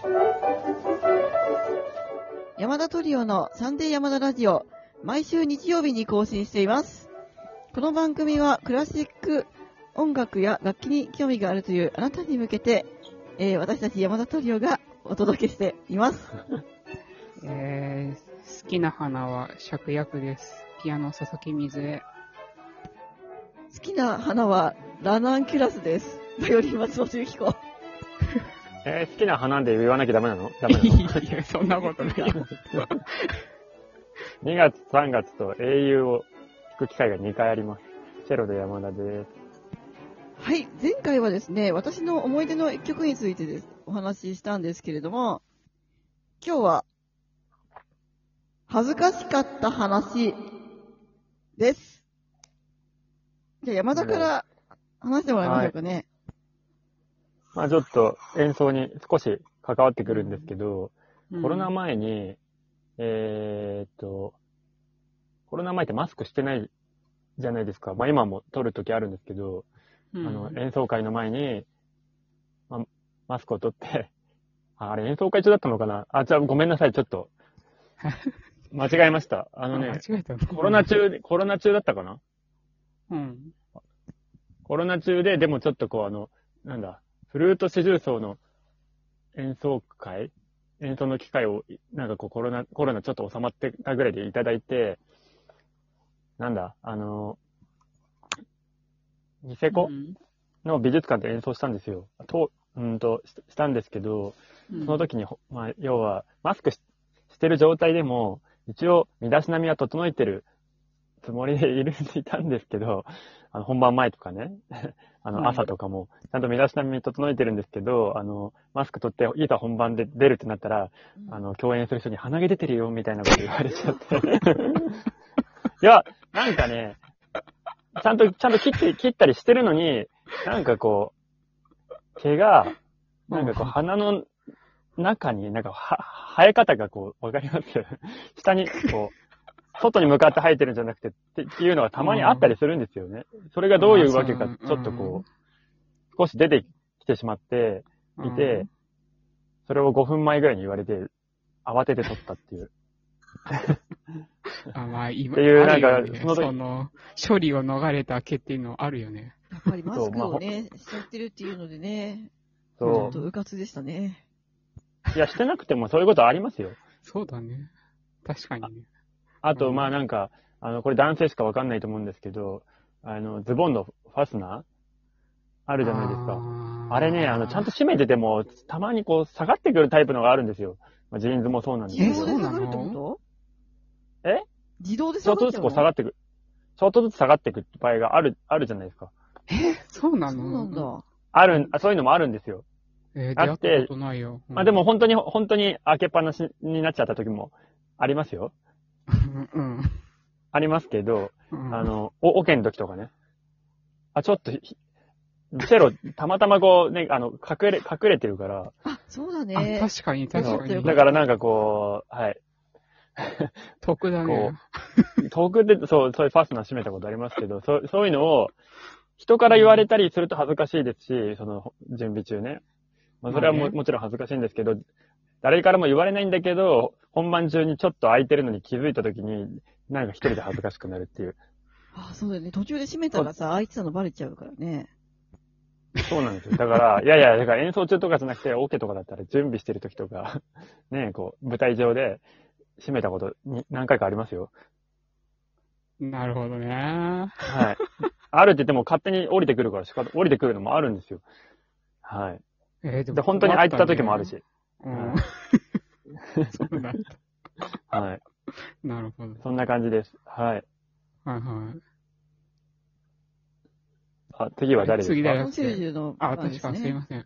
山田トリオのサンデー山田ラジオ、毎週日曜日に更新しています。この番組はクラシック音楽や楽器に興味があるというあなたに向けて、私たち山田トリオがお届けしています。 好きな花は芍薬です。ピアノ佐々木水江。 好きな花はラナンキュラスです。バイオリン松本由紀子。 好きな花で言わなきゃダメなの？ いや、そんなことないよ。 2月3月と英雄を弾く機会が2回あります。チェロで山田です。 はい、前回はですね、私の思い出の一曲についてお話ししたんですけれども、今日は恥ずかしかった話です。じゃあ山田から話してもらいましょうかね。 まあちょっと演奏に少し関わってくるんですけど、コロナ前に、コロナ前ってマスクしてないじゃないですか。まあ今も撮るときあるんですけど、演奏会の前に、マスクを取って、あれ演奏会中だったのかな？じゃあごめんなさい、ちょっと。間違えました。 間違えたの？ コロナ中だったかな？コロナ中で、でもちょっとこうなんだ、フルート四重奏の演奏の機会を、なんかこうコロナちょっと収まってたぐらいでいただいて、なんだ、ニセコの美術館で演奏したんですよ。したんですけど、その時に、要は、マスクしてる状態でも、一応、身だしなみは整えてるつもりでいたんですけど、本番前とかね、朝とかも、ちゃんと身だしなみ整えてるんですけど、マスク取って、いざ本番で出るってなったら、共演する人に鼻毛出てるよ、みたいなこと言われちゃって。いや、なんかね、ちゃんと切ったりしてるのに、なんかこう、毛が、なんかこう、鼻の中に、なんか生え方がこう、わかります？下に、こう、外に向かって生えてるんじゃなくてっていうのがたまにあったりするんですよね。それがどういうわけか、ちょっとこう、少し出てきてしまっていて、それを5分前ぐらいに言われて、慌てて撮ったっていう。 今、 っていう、なんか、 その、処理を逃れた毛っていうのあるよね。 やっぱりマスクをね、しちゃってるっていうのでね、ちょっとうかつでしたね。 いや、してなくてもそういうことありますよ。 そうだね。確かにね。 あと、なんか、これ男性しかわかんないと思うんですけど、ズボンのファスナーあるじゃないですか。あれね、ちゃんと締めてても、たまにこう、下がってくるタイプのがあるんですよ。ジーンズもそうなんですけど。 自動で下がるってこと？自動で下がる？ ちょっとずつこう下がってく。ちょっとずつ下がってく場合があるじゃないですか。 そうなの？ そうなんだ。 そういうのもあるんですよ。 出会ったことないよ。 でも本当に開けっぱなしになっちゃった時もありますよ。ありますけど、オケの時とかね。ちょっと、チェロ、たまたまこうね、隠れてるから。 そうだね。 確かに。 だからなんかこう、はい。 得だね。 得で、そういうファスナー閉めたことありますけど、そういうのを、人から言われたりすると恥ずかしいですし、その、準備中ね。それはもちろん恥ずかしいんですけど、誰からも言われないんだけど、本番中にちょっと空いてるのに気づいた時に、なんか一人で恥ずかしくなるっていう。 そうだよね。途中で閉めたらさ、空いてたのバレちゃうからね。 そうなんですよ。だから、だから演奏中とかじゃなくて、オケとかだったら準備してる時とか、ね、こう、舞台上で閉めたことに何回かありますよ。 なるほどね。 はい。あるって言っても勝手に降りてくるから降りてくるのもあるんですよ。はい。で、本当に空いてた時もあるし。 そうだった。 はい。 なるほど。 そんな感じです。はい。 はいはい。 次は誰ですか？ 次だよ。 確かにすいません。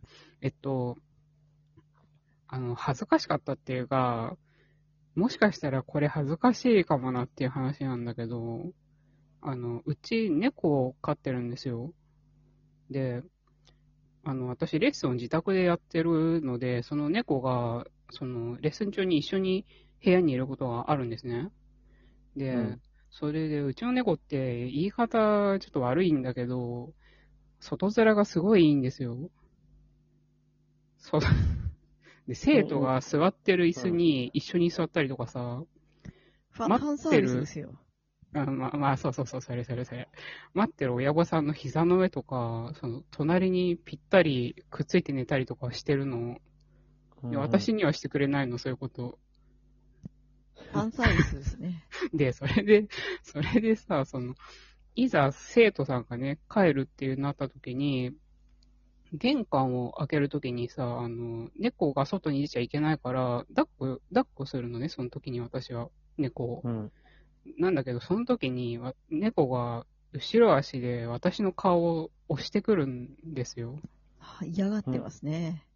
恥ずかしかったっていうか、もしかしたらこれ恥ずかしいかもなっていう話なんだけど、うち猫を飼ってるんですよ。で、私レッスンを自宅でやってるので、その猫が、レッスン中に一緒に部屋にいることがあるんですね。で、それで、うちの猫って言い方ちょっと悪いんだけど、外面がすごいいいんですよ。 で、生徒が座ってる椅子に一緒に座ったりとかさ、 ファンサービスですよ。 そう、それ。待ってる親御さんの膝の上とか、隣にぴったりくっついて寝たりとかしてるの。で私にはしてくれないの、そういうこと。 ファンサービスですね。 で、それでさ、いざ生徒さんがね、帰るっていうなった時に、玄関を開ける時にさ、猫が外に出ちゃいけないから、抱っこするのね、その時に私は、猫を。なんだけど、その時に、猫が後ろ足で私の顔を押してくるんですよ。 嫌がってますね。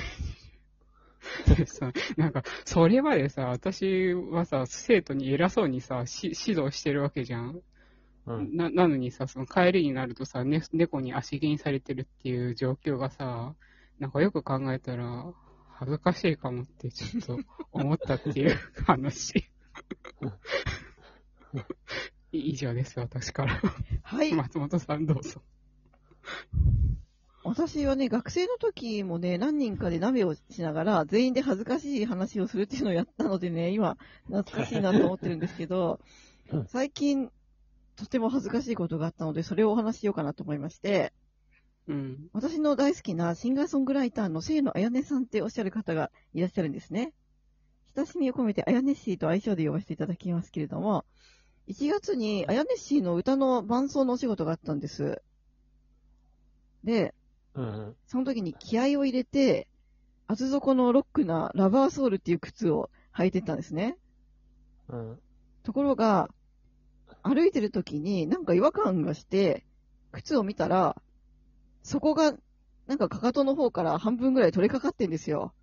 なんか、それまでさ、私はさ、生徒に偉そうにさ、指導してるわけじゃん。なのにさ、その帰りになるとさ、猫に足蹴にされてるっていう状況がさ、なんかよく考えたら、恥ずかしいかもってちょっと思ったっていう話。以上です、私から。 はい。 松本さんどうぞ。 私はね、学生の時もね、何人かで鍋をしながら、全員で恥ずかしい話をするっていうのをやったのでね、今、懐かしいなと思ってるんですけど、最近、とても恥ずかしいことがあったので、それをお話ししようかなと思いまして、私の大好きなシンガーソングライターの清野彩音さんっておっしゃる方がいらっしゃるんですね。親しみを込めてあやねっしーと愛称で呼ばせていただきますけれども、1月にあやねっしーの歌の伴奏のお仕事があったんです。で、その時に気合を入れて、厚底のロックなラバーソールっていう靴を履いてったんですね。ところが、歩いてる時になんか違和感がして、靴を見たら、そこがなんかかかとの方から半分ぐらい取れかかってんですよ。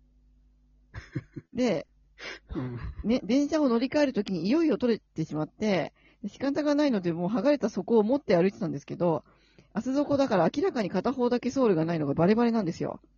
で、電車を乗り換えるときにいよいよ取れてしまって、仕方がないのでもう剥がれた底を持って歩いてたんですけど、厚底だから明らかに片方だけソールがないのがバレバレなんですよ。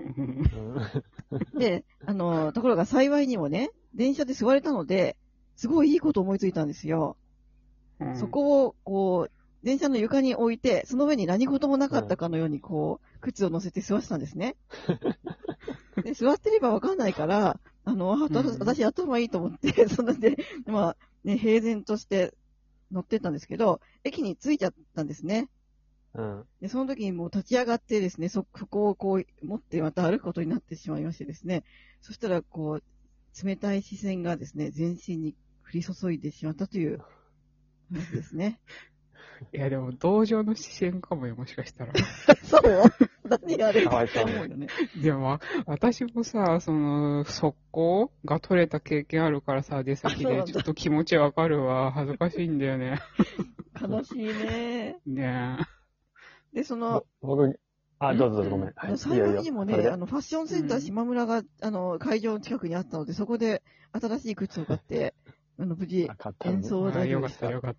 で、ところが幸いにもね、電車で座れたので、すごいいいこと思いついたんですよ。そこを、こう、電車の床に置いて、その上に何事もなかったかのように、こう、靴を乗せて座ってたんですね。で座ってればわかんないから、私頭いいと思って、そんなんで、まあ、ね、平然として乗ってったんですけど、駅に着いちゃったんですね。で、その時にもう立ち上がってですね、そこをこう持ってまた歩くことになってしまいましてですね、そしたらこう、冷たい視線がですね、全身に降り注いでしまったという話ですね。 いや、でも、同情の視線かもよ、もしかしたら。 そう何があれかわいそう思うよね。 でも、私もさ、速攻が取れた経験あるからさ、出先でちょっと気持ちわかるわ。恥ずかしいんだよね。 悲しいね。 ねえ。で、 どうぞごめん。 幸いにもね、ファッションセンター島村が、会場の近くにあったので、そこで新しい靴を買って、無事、演奏を大丈夫でした。 よかった。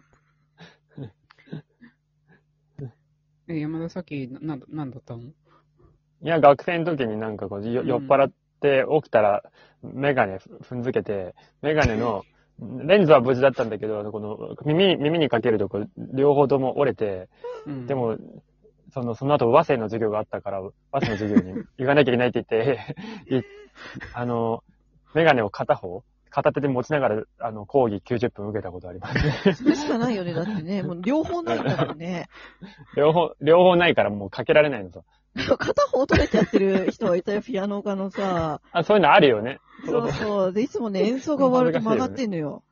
山田さっき、なんだったの？いや、学生の時になんかこう、酔っ払って起きたら、メガネ踏んづけて、メガネの、レンズは無事だったんだけど、この耳にかけるとこ両方とも折れて、でも、その後和声の授業があったから、和声の授業に行かなきゃいけないって言って、メガネを片手で持ちながら、講義90分受けたことありますね。 それしかないよね。だってね、もう両方ないんだもんね。 両方ないからもうかけられないのさ。 片方取れちゃってる人はいたよ、ピアノ科のさ。 そういうのあるよね。 そう。で、いつもね、演奏が終わると曲がってんのよ。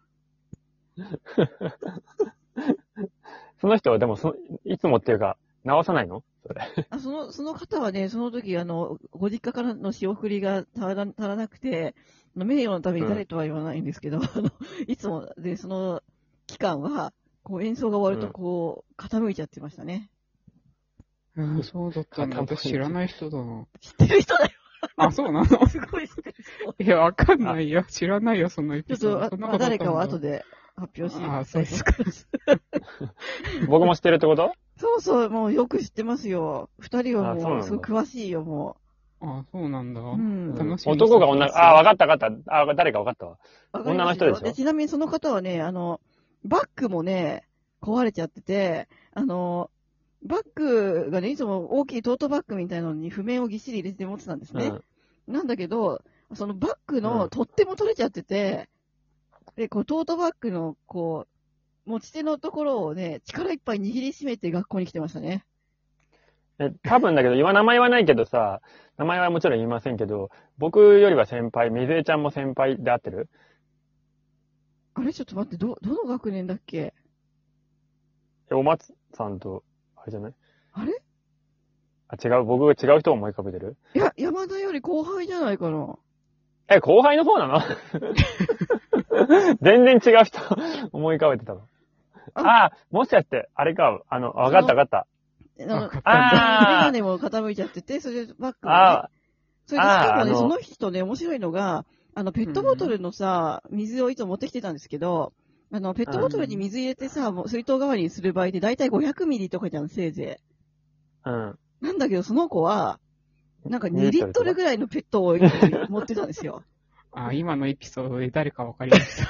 その人はでもいつもっていうか、直さないのそれ。 その方はね、その時、ご実家からの仕送りが足らなくて、名誉のために誰とは言わないんですけど、いつもで、その期間は、こう演奏が終わると、こう、傾いちゃってましたね。 そうだったんだ。私知らない人だな。 知ってる人だよ。 あ、そうなの？ すごい知ってる人。 いや、わかんないよ。知らないよ、そのエピソード。 ちょっと、誰かは後で発表します。 そうですか。 僕も知ってるってこと？ そう、もうよく知ってますよ。二人はもう、すごく詳しいよ、もう。そうなんだ。 楽しみ。男が女、わかった。誰かわかったわ。女の人でしょ。 ちなみにその方はね、バッグもね、壊れちゃってて、バッグがね、いつも大きいトートバッグみたいなのに譜面をぎっしり入れて持ってたんですね。 なんだけど、そのバッグの取っ手も取れちゃってて、で、こう、トートバッグの、こう、持ち手のところをね、力いっぱい握りしめて学校に来てましたね。 多分だけど、名前はないけどさ、名前はもちろん言いませんけど、僕よりは先輩、水江ちゃんも先輩で合ってる？ あれちょっと待って、どの学年だっけ？ お松さんと、あれじゃない？ あれ違う、僕が違う人を思い浮かべてる？ いや、山田より後輩じゃないかな。 後輩の方なの？全然違う人思い浮かべてたの。もしかして、あれか、わかった。 メガネも傾いちゃってて、それでバッグがね。それでしかもね、その人ね、面白いのが、ペットボトルのさ、水をいつも持ってきてたんですけど、ペットボトルに水入れてさ、もう水筒代わりにする場合でだいたい500ミリとかじゃん、せいぜい。 なんだけど、その子は、なんか2リットルぐらいのペットを持ってたんですよ。 今のエピソードで誰かわかりました。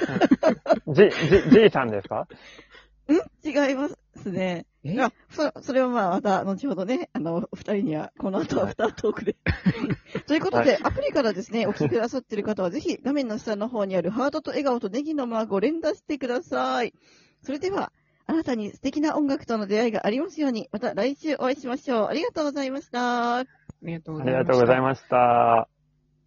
G さんですか？ 違いますね。それはまた、後ほどね、二人には、この後アフタートークで。ということで、アプリからですね、お聞きくださっている方は、ぜひ、画面の下の方にあるハートと笑顔とネギのマークを連打してください。それでは、あなたに素敵な音楽との出会いがありますように、また来週お会いしましょう。ありがとうございました。 ありがとうございました。